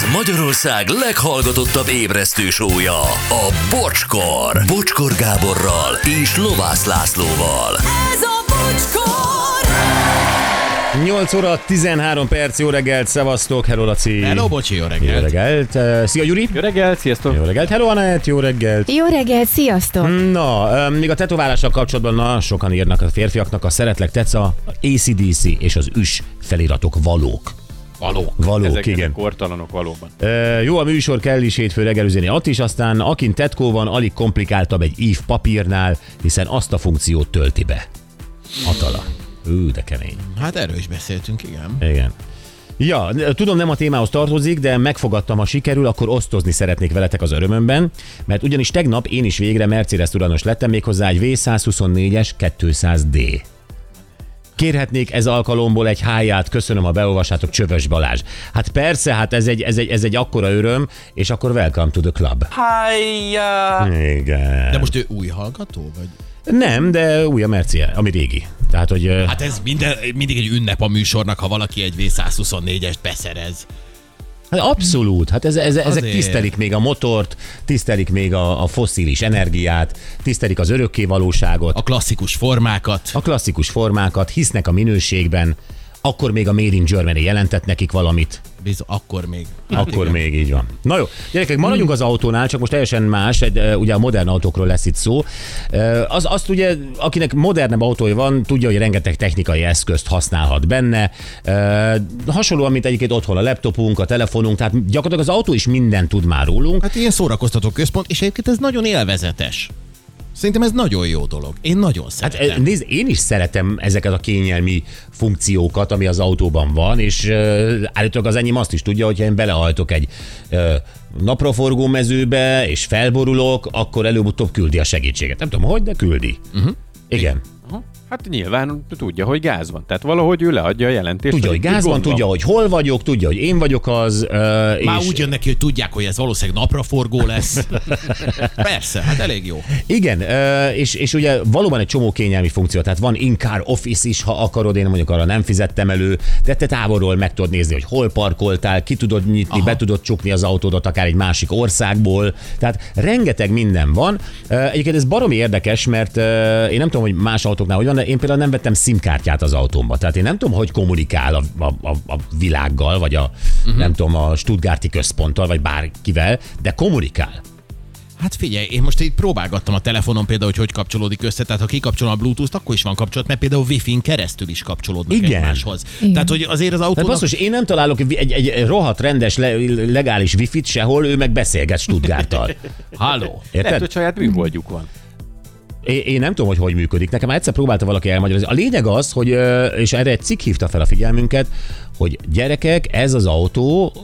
Ez Magyarország leghallgatottabb ébresztő show-ja, a Bocskor. Bocskor Gáborral és Lovász Lászlóval. Ez a Bocskor! 8 óra 13 perc, jó reggelt, szevasztok, hello Laci. Hello, bocsi, jó reggelt. Jó reggelt. Szia Gyuri. Jó reggelt, sziasztok. Jó reggelt, hello Anett, jó reggelt. Jó reggelt, sziasztok! Na, még a tetoválással kapcsolatban sokan írnak a férfiaknak, a szeretlek teca, AC/DC és az üs feliratok valók. Valók, Ezek igen. kortalanok valóban. Jó a műsor, kell is hétfő reggel üzeni is, aztán akin tetkó van, alig komplikáltabb egy ív papírnál, hiszen azt a funkciót tölti be. Atala. De kemény. Hát erről is beszéltünk, igen. Igen. Ja, tudom, nem a témához tartozik, de megfogadtam, ha sikerül, akkor osztozni szeretnék veletek az örömömben, mert ugyanis tegnap én is végre Mercedes tulajdonos lettem, méghozzá egy V124-es 200D. Kérhetnék ez alkalomból egy háját, köszönöm, ha beolvassátok, Csövös Balázs. Hát persze, hát ez egy akkora öröm, és akkor welcome to the club. Hájjá! Igen. De most ő új hallgató, vagy? Nem, de új a Mercie, ami régi. Tehát, hogy... Hát ez mindig egy ünnep a műsornak, ha valaki egy V124-est beszerez. Hát abszolút, hát ezek Azért. tisztelik még a motort, tisztelik még a fosszilis energiát, tisztelik az örökké valóságot, A klasszikus formákat. a klasszikus formákat, hisznek a minőségben, akkor még a Made in Germany jelentett nekik valamit. Akkor még. Akkor még így van. Na jó, gyerekek, maradjunk az autónál, csak most teljesen más, ugye a modern autókról lesz itt szó. Azt ugye, akinek modernebb autója van, tudja, hogy rengeteg technikai eszközt használhat benne. Hasonlóan, mint egyébként otthon a laptopunk, a telefonunk, tehát gyakorlatilag az autó is mindent tud már rólunk. Hát ilyen szórakoztató központ, és egyébként ez nagyon élvezetes. Szerintem ez nagyon jó dolog. Én nagyon szeretem. Hát nézd, én is szeretem ezeket a kényelmi funkciókat, ami az autóban van, és állítólag az enyém azt is tudja, hogyha én belehajtok egy napraforgó mezőbe, és felborulok, akkor előbb-utóbb küldi a segítséget. Nem tudom, hogy, de küldi. Igen. Aha. Hát nyilván tudja, hogy gáz van. Tehát valahogy ő leadja a jelentést. Tudja, hogy gáz van, tudja, hogy hol vagyok, tudja, hogy én vagyok az. Már úgy jön neki, hogy tudják, hogy ez valószínűleg napraforgó lesz. Persze, hát elég jó. Igen, és ugye valóban egy csomó kényelmi funkció, tehát van in-car office is, ha akarod, én mondjuk arra nem fizettem elő, de te távolról meg tudod nézni, hogy hol parkoltál, ki tudod nyitni, be tudod csukni az autódat akár egy másik országból, tehát rengeteg minden van. Egyébként ez baromi érdekes, mert én nem tudom, hogy más autóknál hogy van, de én például nem vettem SIM-kártyát az autómba, tehát én nem tudom, hogy kommunikál a világgal, vagy nem tudom, a Stuttgarti központtal, vagy bárkivel, de kommunikál. Hát figyelj, én most így próbálgattam a telefonon például, hogy kapcsolódik össze, tehát ha kikapcsolom a Bluetooth-t, akkor is van kapcsolat, mert például Wi-Fi-n keresztül is kapcsolódnak egymáshoz. Igen. Tehát, hogy azért az Tehát autónak... basszus, én nem találok egy rohadt rendes, legális Wi-Fi-t sehol, ő meg beszélget Stuttgarttal. Halló. Lehet, Érted? hogy saját műholdjuk van. Én nem tudom, hogy működik. Nekem már egyszer próbálta valaki elmagyarázni. A lényeg az, hogy, és erre egy cikk hívta fel a figyelmünket, hogy gyerekek, ez az autó,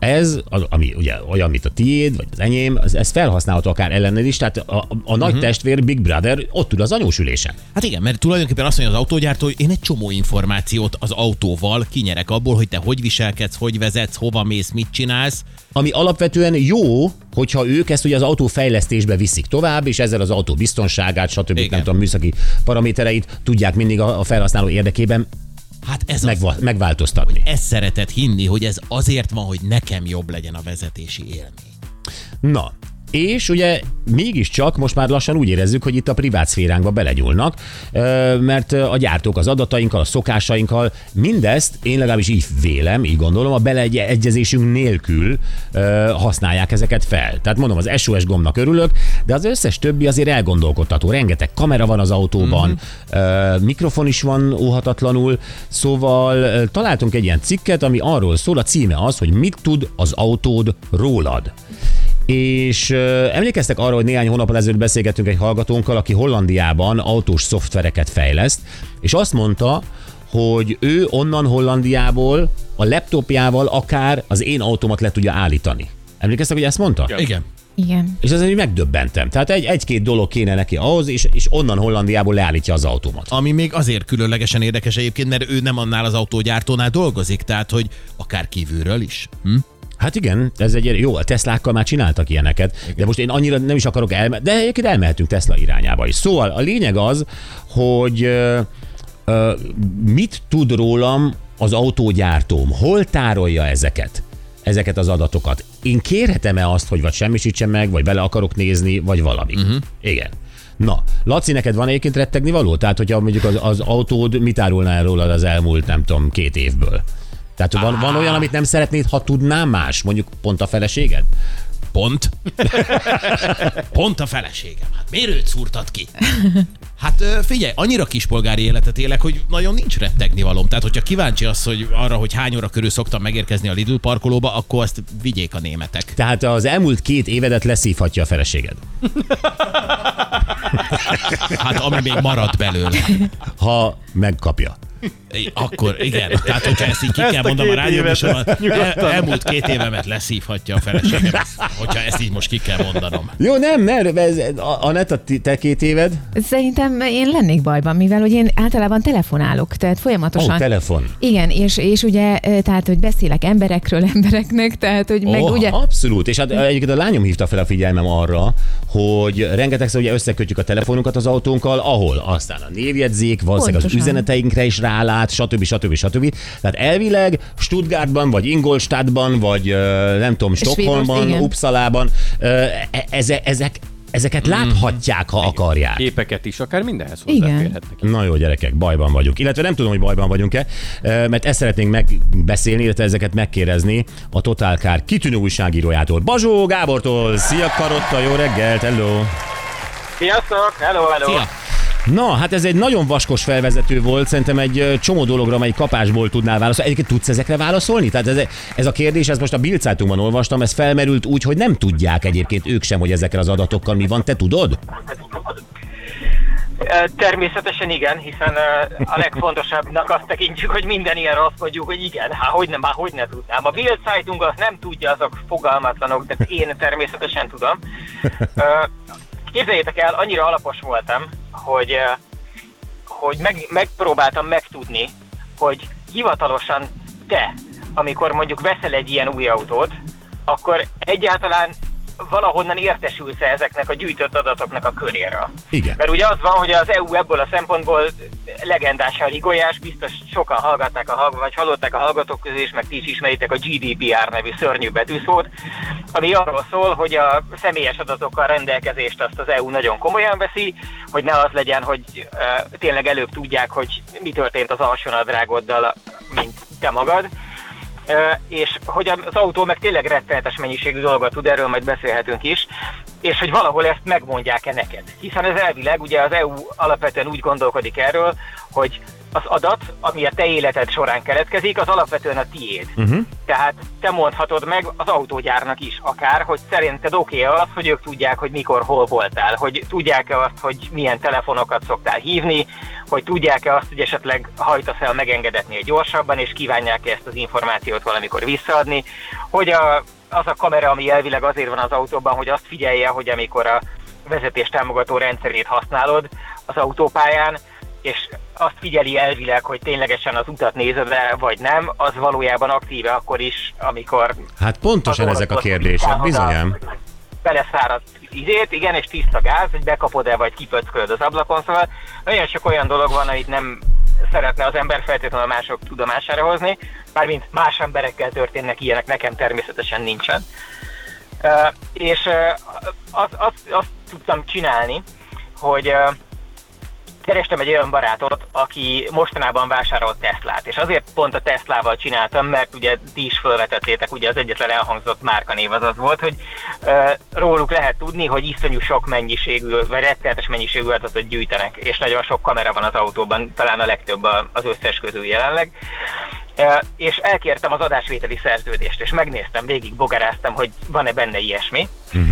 ami ugye olyan, mint a tiéd, vagy az enyém, ez felhasználható akár ellened is, tehát a nagy testvér Big Brother ott ül az anyós ülésen. Hát igen, mert tulajdonképpen azt mondja az autógyártó, hogy én egy csomó információt az autóval kinyerek abból, hogy te hogy viselkedsz, hogy vezetsz, hova mész, mit csinálsz. Ami alapvetően jó, hogyha ők ezt ugye az autó-fejlesztésbe viszik tovább, és ezzel az autó biztonságát, stb. Igen. Nem tudom, műszaki paramétereit tudják mindig a felhasználó érdekében Hát ez megváltoztatni. ezt szereted hinni, hogy ez azért van, hogy nekem jobb legyen a vezetési élmény. Na, és ugye mégiscsak most már lassan úgy érezzük, hogy itt a privát szféránkba belegyúlnak, mert a gyártók az adatainkkal, a szokásainkkal, mindezt én legalábbis így vélem, így gondolom, a beleegyezésünk nélkül használják ezeket fel. Tehát mondom, az SOS gombnak örülök, de az összes többi azért elgondolkodtató. Rengeteg kamera van az autóban, mikrofon is van óhatatlanul, szóval találtunk egy ilyen cikket, ami arról szól, a címe az, hogy mit tud az autód rólad. És emlékeztek arra, hogy néhány hónappal ezelőtt beszélgettünk egy hallgatónkkal, aki Hollandiában autós szoftvereket fejleszt, és azt mondta, hogy ő onnan Hollandiából a laptopjával akár az én autómat le tudja állítani. Emlékeztek, hogy ezt mondta? Ja. Igen. Igen. És ezen így megdöbbentem. Tehát egy-két dolog kéne neki ahhoz, és onnan Hollandiából leállítja az autómat. Ami még azért különlegesen érdekes egyébként, mert ő nem annál az autógyártónál dolgozik, tehát hogy akár kívülről is. Hát igen, ez egy jó, a Teslákkal már csináltak ilyeneket, igen. De most én annyira nem is akarok de egyébként elmehetünk Tesla irányába is. Szóval a lényeg az, hogy mit tud rólam az autógyártóm, hol tárolja ezeket. ezeket az adatokat. Én kérhetem-e azt, hogy vagy semmisítsen meg, vagy bele akarok nézni, vagy valami. Igen. Na, Laci, neked van egyébként rettegni való? Tehát, hogyha mondjuk az autód, mit árulnál rólad az elmúlt, nem tudom, 2 évből? Tehát van olyan, amit nem szeretnéd, ha tudnám más? Mondjuk pont a feleséged? Pont. Pont a feleségem. Hát miért őt szúrtad ki? Hát figyelj, annyira kispolgári életet élek, hogy nagyon nincs rettegni valóm. Tehát, hogyha kíváncsi az, hogy arra, hogy hány óra körül szoktam megérkezni a Lidl parkolóba, akkor azt vigyék a németek. Tehát az elmúlt 2 évedet leszívhatja a feleséged. Hát ami még marad belőle. Ha megkapja. Akkor igen. Tehát, hogyha ezt így ki kell mondanom a rádióműsorban, elmúlt 2 évemet leszívhatja a feleségem. Hogyha ezt így most ki kell mondanom. Jó, nem, Anett, te 2 éved? Szerintem én lennék bajban, mivel hogy én általában telefonálok, tehát folyamatosan. Telefon. Igen, és ugye, tehát, hogy beszélek embereknek, tehát, hogy meg ugye... Abszolút, és hát egyébként a lányom hívta fel a figyelmem arra, hogy rengetegszer ugye összekötjük a telefonunkat az autónkkal, ahol aztán a névjegyzék, valószínűleg az üzeneteinkre is rálát, stb. Tehát elvileg Stuttgartban, vagy Ingolstadtban, vagy nem tudom, Stockholmban, Uppsalában ezeket láthatják, ha akarják. Képeket is, akár mindenhez hozzáférhetnek. Na jó, gyerekek, bajban vagyunk. Illetve nem tudom, hogy bajban vagyunk-e, mert ezt szeretnénk megbeszélni, illetve ezeket megkérdezni a Total Car kitűnő újságírójától, Bazsó Gábortól. Szia Karotta, jó reggelt, hello! Sziasztok, hello! Szia! Na, hát ez egy nagyon vaskos felvezető volt, szerintem egy csomó dologra, amely kapásból tudnál válaszolni. Egyébként tudsz ezekre válaszolni? Tehát ez a kérdés, ezt most a Bild Zeitungban olvastam, ez felmerült úgy, hogy nem tudják egyébként ők sem, hogy ezekkel az adatokkal mi van. Te tudod? Természetesen igen, hiszen a legfontosabbnak azt tekintjük, hogy minden ilyenre azt mondjuk, hogy igen, hogy ne tudnám. A Bild Zeitung azt nem tudja, azok fogalmatlanok, de én természetesen tudom. Képzeljétek el, annyira alapos voltam, hogy megpróbáltam megtudni, hogy hivatalosan te, amikor mondjuk veszel egy ilyen új autót, akkor egyáltalán valahonnan értesülsz ezeknek a gyűjtött adatoknak a köréről. Igen. Mert ugye az van, hogy az EU ebből a szempontból legendással rigolyás, biztos sokan hallgatták vagy hallották a hallgatók közül, és meg ti is ismeritek a GDPR nevű szörnyű betűszót, ami arról szól, hogy a személyes adatokkal rendelkezést azt az EU nagyon komolyan veszi, hogy ne az legyen, hogy tényleg előbb tudják, hogy mi történt az alsónadrágoddal, mint te magad. És hogy az autó meg tényleg rettenetes mennyiségű dolgot tud, erről majd beszélhetünk is, és hogy valahol ezt megmondják-e neked. Hiszen ez elvileg, ugye az EU alapvetően úgy gondolkodik erről, hogy az adat, ami a te életed során keletkezik, az alapvetően a tiéd. Tehát te mondhatod meg az autógyárnak is akár, hogy szerinted oké-e az, hogy ők tudják, hogy mikor, hol voltál, hogy tudják-e azt, hogy milyen telefonokat szoktál hívni, hogy tudják-e azt, hogy esetleg hajtasz el megengedetnél gyorsabban, és kívánják-e ezt az információt valamikor visszaadni, hogy az a kamera, ami elvileg azért van az autóban, hogy azt figyelje, hogy amikor a vezetés támogató rendszerét használod az autópályán, és azt figyeli elvileg, hogy ténylegesen az utat nézed-e, vagy nem, az valójában aktíve akkor is, amikor... Hát pontosan ezek a kérdések, bizonyám. Beleszáradt igen, és tiszta gáz, hogy bekapod-e, vagy kipöckölöd az ablakon, szóval nagyon sok olyan dolog van, amit nem szeretne az ember feltétlenül a mások tudomására hozni, mármint más emberekkel történnek ilyenek, nekem természetesen nincsen. És azt tudtam csinálni, hogy kerestem egy olyan barátot, aki mostanában vásárolt Teslát, és azért pont a Teslával csináltam, mert ugye ti is felvetettétek, ugye az egyetlen elhangzott márkanév az volt, hogy róluk lehet tudni, hogy iszonyú sok mennyiségű, vagy rettenetes mennyiségű adatot gyűjtenek, és nagyon sok kamera van az autóban, talán a legtöbb az összes közül jelenleg. És elkértem az adásvételi szerződést, és megnéztem, végig bogaráztam, hogy van-e benne ilyesmi.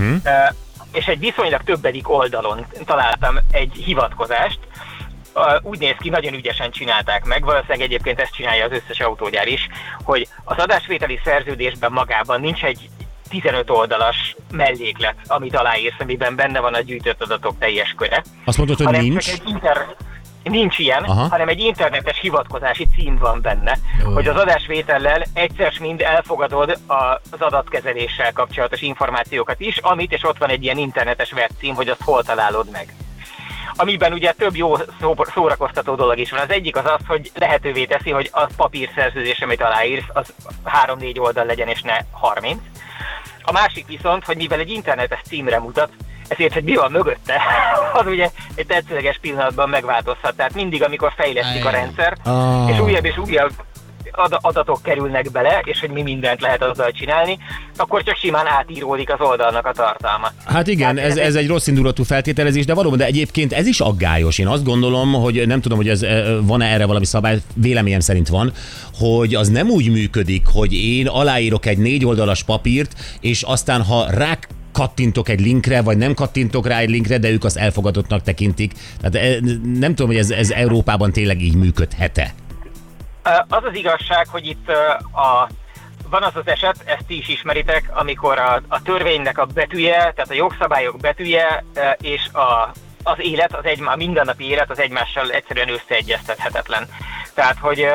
És egy viszonylag többedik oldalon találtam egy hivatkozást, úgy néz ki, nagyon ügyesen csinálták meg, valószínűleg egyébként ezt csinálja az összes autógyár is, hogy az adásvételi szerződésben magában nincs egy 15 oldalas melléklet, amit aláírsz, amiben benne van a gyűjtött adatok teljes köre. Azt mondod, hogy nincs? Nincs ilyen, hanem egy internetes hivatkozási cím van benne, hogy az adásvétellel egyszer mind elfogadod az adatkezeléssel kapcsolatos információkat is, amit, és ott van egy ilyen internetes webcím, hogy azt hol találod meg. amiben ugye több jó szórakoztató dolog is van. Az egyik az, hogy lehetővé teszi, hogy a papírszerződés, amit aláírsz, az 3-4 oldal legyen, és ne 30. A másik viszont, hogy mivel egy internetes címre mutat, ezért, hogy mi van mögötte, az ugye egy tetszőleges pillanatban megváltozhat. Tehát mindig, amikor fejlesztik a rendszert, és újabb adatok kerülnek bele, és hogy mi mindent lehet azzal csinálni, akkor csak simán átíródik az oldalnak a tartalma. Hát igen, ez egy rossz indulatú feltételezés, de valóban, de egyébként ez is aggályos. Én azt gondolom, hogy nem tudom, hogy ez van-e erre valami szabály, véleményem szerint van, hogy az nem úgy működik, hogy én aláírok egy 4 oldalas papírt, és aztán ha kattintok egy linkre, vagy nem kattintok rá egy linkre, de ők azt elfogadottnak tekintik. Tehát nem tudom, hogy ez Európában tényleg így működhet-e. Az az igazság, hogy itt van az az eset, ezt ti is ismeritek, amikor a törvénynek a betűje, tehát a jogszabályok betűje és az élet, a mindennapi élet az egymással egyszerűen összeegyeztethetetlen. Tehát, hogy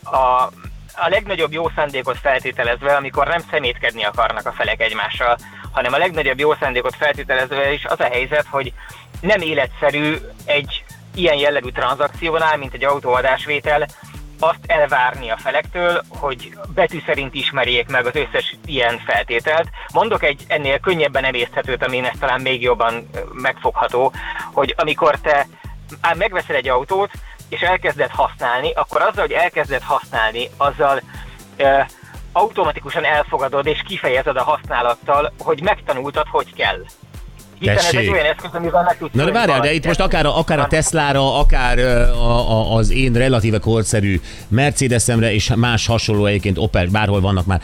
a legnagyobb jó szándékot feltételezve, amikor nem szemétkedni akarnak a felek egymással, hanem a legnagyobb jó szándékot feltételezve is az a helyzet, hogy nem életszerű egy ilyen jellegű tranzakciónál, mint egy autóadásvétel, azt elvárni a felektől, hogy betű szerint ismerjék meg az összes ilyen feltételt. Mondok egy ennél könnyebben emészthetőt, ami ezt talán még jobban megfogható, hogy amikor te megveszel egy autót, és elkezded használni, akkor azzal, hogy elkezded használni, azzal automatikusan elfogadod és kifejezed a használattal, hogy megtanultad, hogy kell. Hiszen ez egy olyan eszköz, amivel meg tudsz... Na de várjál, de itt most akár a Teslára, akár az én relatíve korszerű Mercedesemre és más hasonló egyébként Opel, bárhol vannak már.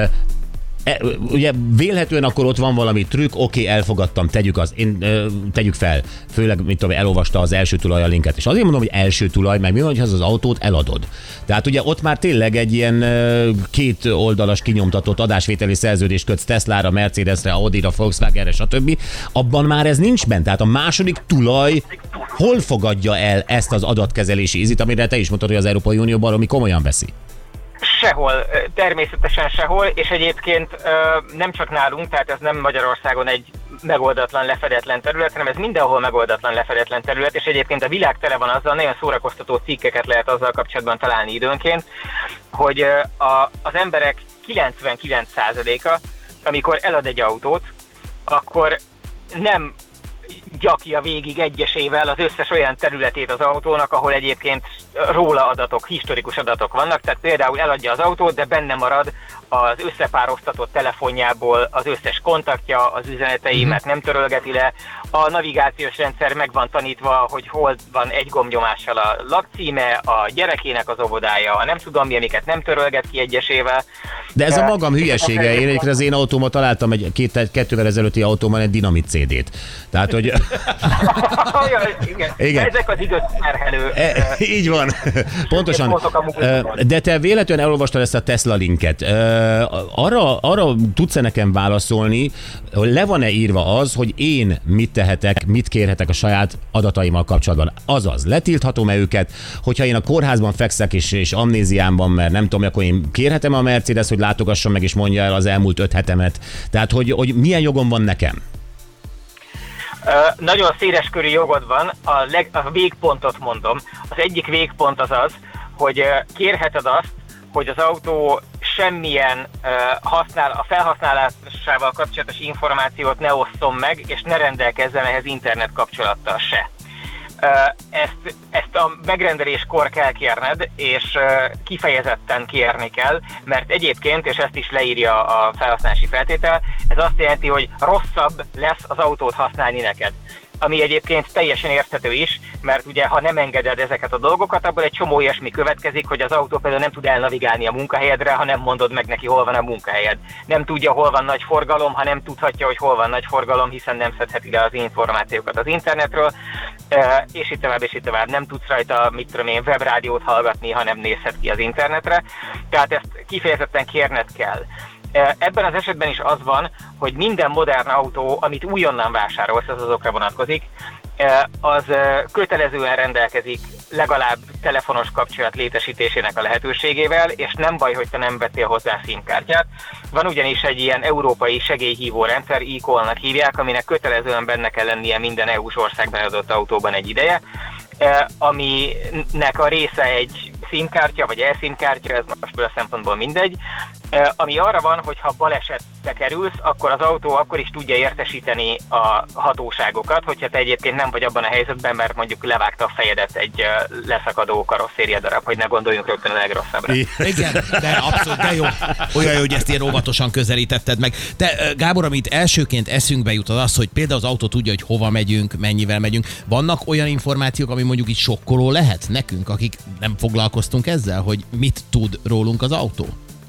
Ugye vélhetően akkor ott van valami trükk, oké, elfogadtam, tegyük fel, főleg, mit tudom, elolvasta az első tulaj a linket. És azért mondom, hogy első tulaj, meg mi van, hogy az autót eladod. Tehát ugye ott már tényleg egy ilyen 2 oldalas kinyomtatott adásvételi szerződést kötsz Teslára, Mercedesre, Audira, Volkswagenre, stb. Abban már ez nincs bent. Tehát a második tulaj hol fogadja el ezt az adatkezelési ízit, amire te is mondtad, hogy az Európai Unió baromi komolyan veszi? Sehol, természetesen sehol, és egyébként nem csak nálunk, tehát ez nem Magyarországon egy megoldatlan, lefedetlen terület, hanem ez mindenhol megoldatlan, lefedetlen terület, és egyébként a világ tele van azzal, nagyon szórakoztató cikkeket lehet azzal kapcsolatban találni időnként, hogy az emberek 99%-a, amikor elad egy autót, akkor nem gyakja végig egyesével az összes olyan területét az autónak, ahol egyébként róla adatok, historikus adatok vannak, tehát például eladja az autót, de benne marad az összepároztatott telefonjából az összes kontaktja, az üzenetei, mert nem törölgeti le, a navigációs rendszer meg van tanítva, hogy hol van egy gombnyomással a lakcíme, a gyerekének az óvodája, a nem tudom mi, amiket nem törölget ki egyesével. De ez a magam hülyesége. Én egyébként az én autómat találtam egy 2 évvel ezelőtti autóban egy dinamit CD-t. Tehát, hogy... Igen. Ezek az igaz terhelő. Így van. Pontosan. De te véletlenül elolvastad ezt a Tesla linket. Arra tudsz-e nekem válaszolni, hogy le van-e írva az, hogy én mit tehetek, mit kérhetek a saját adataimmal kapcsolatban? Azaz, letilthatom-e őket, hogyha én a kórházban fekszek és amnéziámban, mert nem tudom, akkor én kérhetem a Mercedes, hogy látogasson meg és mondja el az elmúlt 5 hetemet. Tehát, hogy milyen jogom van nekem? Nagyon széles körű jogod van, a végpontot mondom. Az egyik végpont az, hogy kérheted azt, hogy az autó semmilyen a felhasználásával kapcsolatos információt ne osszon meg, és ne rendelkezzen ehhez internet kapcsolattal se. Ezt a megrendeléskor kell kérned, és kifejezetten kérni kell, mert egyébként, és ezt is leírja a felhasználási feltétel, ez azt jelenti, hogy rosszabb lesz az autót használni neked. Ami egyébként teljesen érthető is, mert ugye ha nem engeded ezeket a dolgokat, abból egy csomó ilyesmi következik, hogy az autó például nem tud elnavigálni a munkahelyedre, ha nem mondod meg neki, hol van a munkahelyed. Nem tudja, hol van nagy forgalom, ha nem tudhatja, hogy hol van nagy forgalom, hiszen nem szedheti le az információkat az internetről, és itt tovább. Nem tudsz rajta, mit tudom én, webrádiót hallgatni, ha nem nézhet ki az internetre. Tehát ezt kifejezetten kérned kell. Ebben az esetben is az van, hogy minden modern autó, amit újonnan vásárolsz, az azokra vonatkozik, az kötelezően rendelkezik legalább telefonos kapcsolat létesítésének a lehetőségével, és nem baj, hogy te nem vettél hozzá SIM-kártyát. Van ugyanis egy ilyen európai segélyhívó rendszer, e-call-nak hívják, aminek kötelezően benne kell lennie minden EU-s országban adott autóban egy ideje, aminek a része egy SIM-kártya, vagy eSIM-kártya, ez most a szempontból mindegy, ami arra van, hogy ha balesetbe kerülsz, akkor az autó akkor is tudja értesíteni a hatóságokat, hogyha te egyébként nem vagy abban a helyzetben, mert mondjuk levágta a fejedet egy leszakadó karosszéria darab, hogy ne gondoljunk rögtön a legrosszabbra. Igen, de abszolút, de jó. Olyan jó, hogy ezt ilyen óvatosan közelítetted meg. Te, Gábor, amit elsőként eszünkbe jut, az, hogy például az autó tudja, hogy hova megyünk, mennyivel megyünk. Vannak olyan információk, ami mondjuk így sokkoló lehet nekünk, akik nem foglalkoztunk ezzel, hogy mit tud rólunk az autó?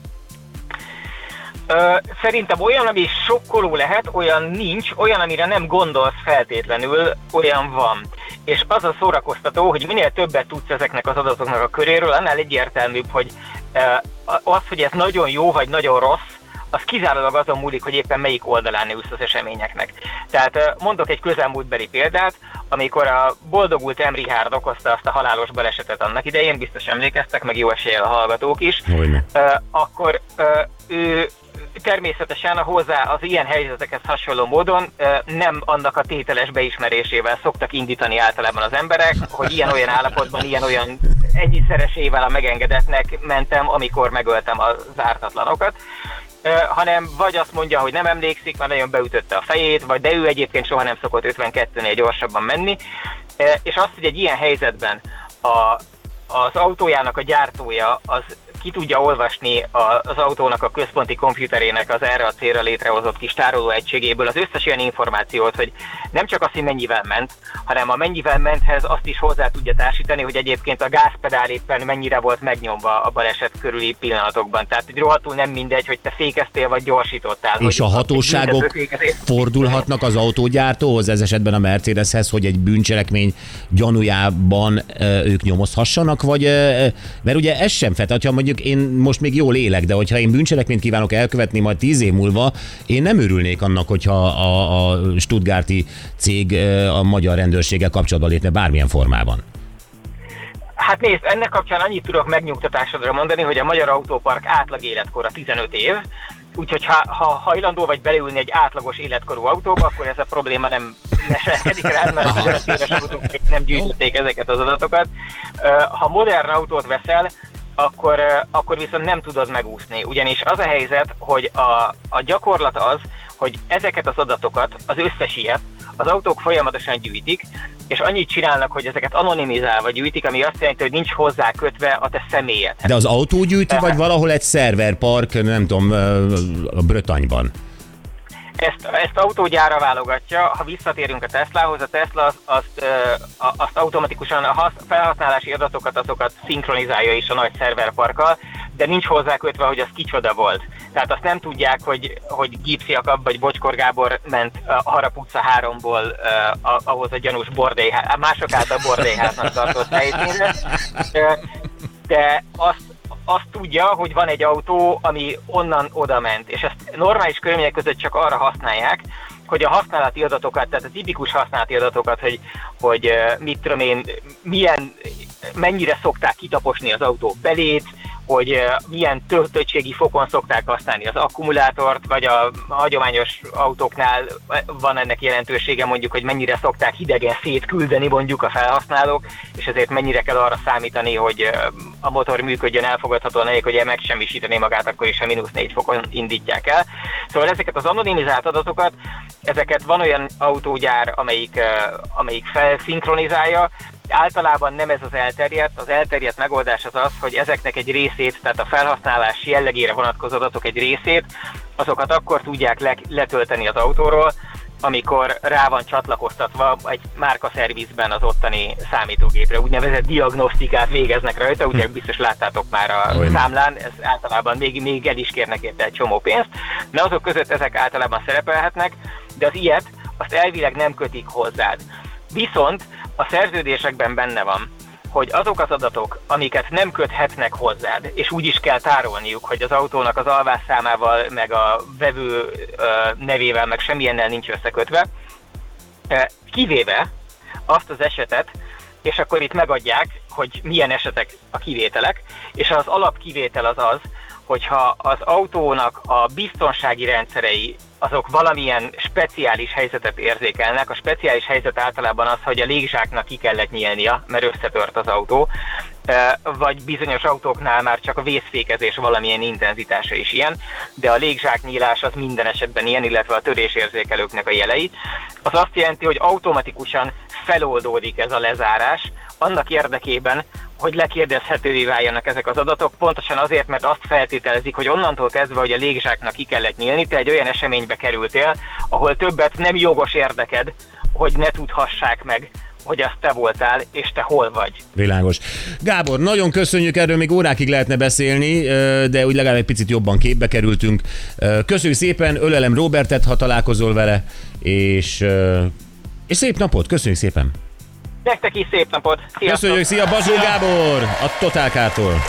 Szerintem olyan, ami sokkoló lehet, olyan nincs, olyan, amire nem gondolsz feltétlenül, olyan van. És az a szórakoztató, hogy minél többet tudsz ezeknek az adatoknak a köréről, annál egyértelműbb, hogy az, hogy ez nagyon jó vagy nagyon rossz, az kizárólag azon múlik, hogy éppen melyik oldalán ülsz az eseményeknek. Tehát mondok egy közelmúltbeli példát, amikor a boldogult M. Richard okozta azt a halálos balesetet annak idején, biztos emlékeztek, meg jó eséllyel a hallgatók is, akkor ő természetesen hozzá az ilyen helyzetekhez hasonló módon nem annak a tételes beismerésével szoktak indítani általában az emberek, hogy ilyen-olyan állapotban, ilyen-olyan ennyiszeresével a megengedetnek mentem, amikor megöltem az ártatlanokat, hanem vagy azt mondja, hogy nem emlékszik, mert nagyon beütötte a fejét, vagy de ő egyébként soha nem szokott 52-nél gyorsabban menni, és azt, hogy egy ilyen helyzetben az autójának a gyártója az ki tudja olvasni az autónak a központi komputerének az erre a célra létrehozott kis tárolóegységéből az összes olyan információt, hogy nem csak azt, hogy mennyivel ment, hanem a mennyivel menthez azt is hozzá tudja társítani, hogy egyébként a gázpedál éppen mennyire volt megnyomva a baleset körüli pillanatokban. Tehát hogy rohadtul nem mindegy, hogy te fékeztél vagy gyorsítottál. És a hatóságok fordulhatnak az autógyártóhoz, ez esetben a Mercedeshez, hogy egy bűncselekmény gyanújában ők nyomozhassanak, vagy mert ugye ez sem fed, hogyha mondjuk én most még jól élek, de hogyha én bűncselekményt kívánok elkövetni majd 10 év múlva, én nem örülnék annak, hogyha a stuttgarti cég a magyar rendőrséggel kapcsolatba lépne bármilyen formában. Hát nézd, ennek kapcsán annyit tudok megnyugtatásodra mondani, hogy a magyar autópark átlag életkora 15 év, úgyhogy ha hajlandó vagy beleülni egy átlagos életkorú autóba, akkor ez a probléma nem leselkedik rá, mert a 15 éves autók nem gyűjtötték ezeket az adatokat. Ha modern autót veszel, akkor viszont nem tudod megúszni. Ugyanis az a helyzet, hogy a gyakorlat az, hogy ezeket az adatokat, az összes ilyet, az autók folyamatosan gyűjtik, és annyit csinálnak, hogy ezeket anonimizálva gyűjtik, ami azt jelenti, hogy nincs hozzá kötve a te személyed. De az autó gyűjti, vagy valahol egy szerverpark, nem tudom, a Brötanyban? Ezt autógyára válogatja. Ha visszatérünk a Teslahoz, a Tesla azt automatikusan a felhasználási adatokat, azokat szinkronizálja is a nagy szerverparkkal, de nincs hozzá kötve, hogy az kicsoda volt. Tehát azt nem tudják, hogy Gipsz Jakab vagy Bocskor Gábor ment a Harap utca 3-ból ahhoz a gyanús mások által bordélyháznak tartott helyszínre, de azt tudja, hogy van egy autó, ami onnan oda ment, és ezt normális körülmények között csak arra használják, hogy a használati adatokat, tehát a tipikus használati adatokat, hogy mit tudom én, mennyire szokták kitaposni az autó belét, hogy milyen töltöttségi fokon szokták használni az akkumulátort, vagy a hagyományos autóknál van ennek jelentősége, mondjuk, hogy mennyire szokták hidegen szétküldeni mondjuk a felhasználók, és ezért mennyire kell arra számítani, hogy a motor működjön elfogadhatóan, hogy megsemmisíteni magát, akkor is a -4 fokon indítják el. Szóval ezeket az anonimizált adatokat, ezeket van olyan autógyár, amelyik felszinkronizálja. Általában nem ez az elterjedt megoldás az, hogy ezeknek egy részét, tehát a felhasználás jellegére vonatkozó adatok egy részét, azokat akkor tudják letölteni az autóról, amikor rá van csatlakoztatva egy márkaszervizben az ottani számítógépre. Úgynevezett diagnosztikát végeznek rajta, ugye biztos láttátok már a számlán, ez általában még el is kérnek érte egy csomó pénzt, de azok között ezek általában szerepelhetnek, de az ilyet, azt elvileg nem kötik hozzád. Viszont a szerződésekben benne van, hogy azok az adatok, amiket nem köthetnek hozzád, és úgy is kell tárolniuk, hogy az autónak az alvásszámával, meg a vevő nevével, meg semmilyennel nincs összekötve, kivéve azt az esetet, és akkor itt megadják, hogy milyen esetek a kivételek, és az alapkivétel az, hogyha az autónak a biztonsági rendszerei azok valamilyen speciális helyzetet érzékelnek. A speciális helyzet általában az, hogy a légzsáknak ki kellett nyílnia, mert összetört az autó, vagy bizonyos autóknál már csak a vészfékezés valamilyen intenzitása is ilyen, de a légzsáknyílás az minden esetben ilyen, illetve a törésérzékelőknek a jelei. Az azt jelenti, hogy automatikusan feloldódik ez a lezárás, annak érdekében, hogy lekérdezhetővé váljanak ezek az adatok, pontosan azért, mert azt feltételezik, hogy onnantól kezdve, hogy a légzsáknak ki kellett nyílni, te egy olyan eseménybe kerültél, ahol többet nem jogos érdeked, hogy ne tudhassák meg, hogy az te voltál, és te hol vagy. Világos. Gábor, nagyon köszönjük, erről még órákig lehetne beszélni, de úgy legalább egy picit jobban képbe kerültünk. Köszönjük szépen, ölelem Robertet, ha találkozol vele, és szép napot, köszönjük szépen. Nektek is szép napot! Sziasztok. Köszönjük, szia Bazsó Gábor, a Totálkától.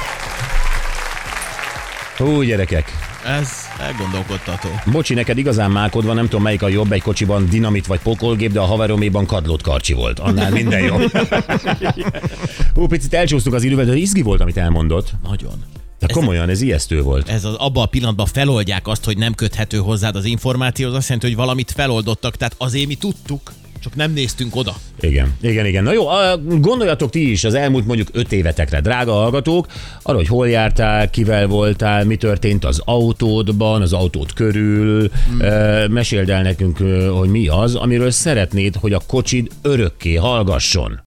Hú, gyerekek. Ez elgondolkodtató. Bocsi, neked igazán mákod van, nem tudom melyik a jobb, egy kocsiban dinamit vagy pokolgép, de a haveroméban kadlót karcsi volt. Annál minden jobb. Hú, picit elcsúsztunk az idővel, de izgi volt, amit elmondott. Nagyon. De komolyan, ez ijesztő volt. Ez abban a pillanatban feloldják azt, hogy nem köthető hozzád az információ, az azt jelenti, hogy valamit feloldottak, tehát azért mi tudtuk, csak nem néztünk oda. Igen. Na jó, gondoljatok ti is az elmúlt mondjuk 5 évetekre, drága hallgatók, arra, hogy hol jártál, kivel voltál, mi történt az autódban, az autód körül. Meséld el nekünk, hogy mi az, amiről szeretnéd, hogy a kocsid örökké hallgasson.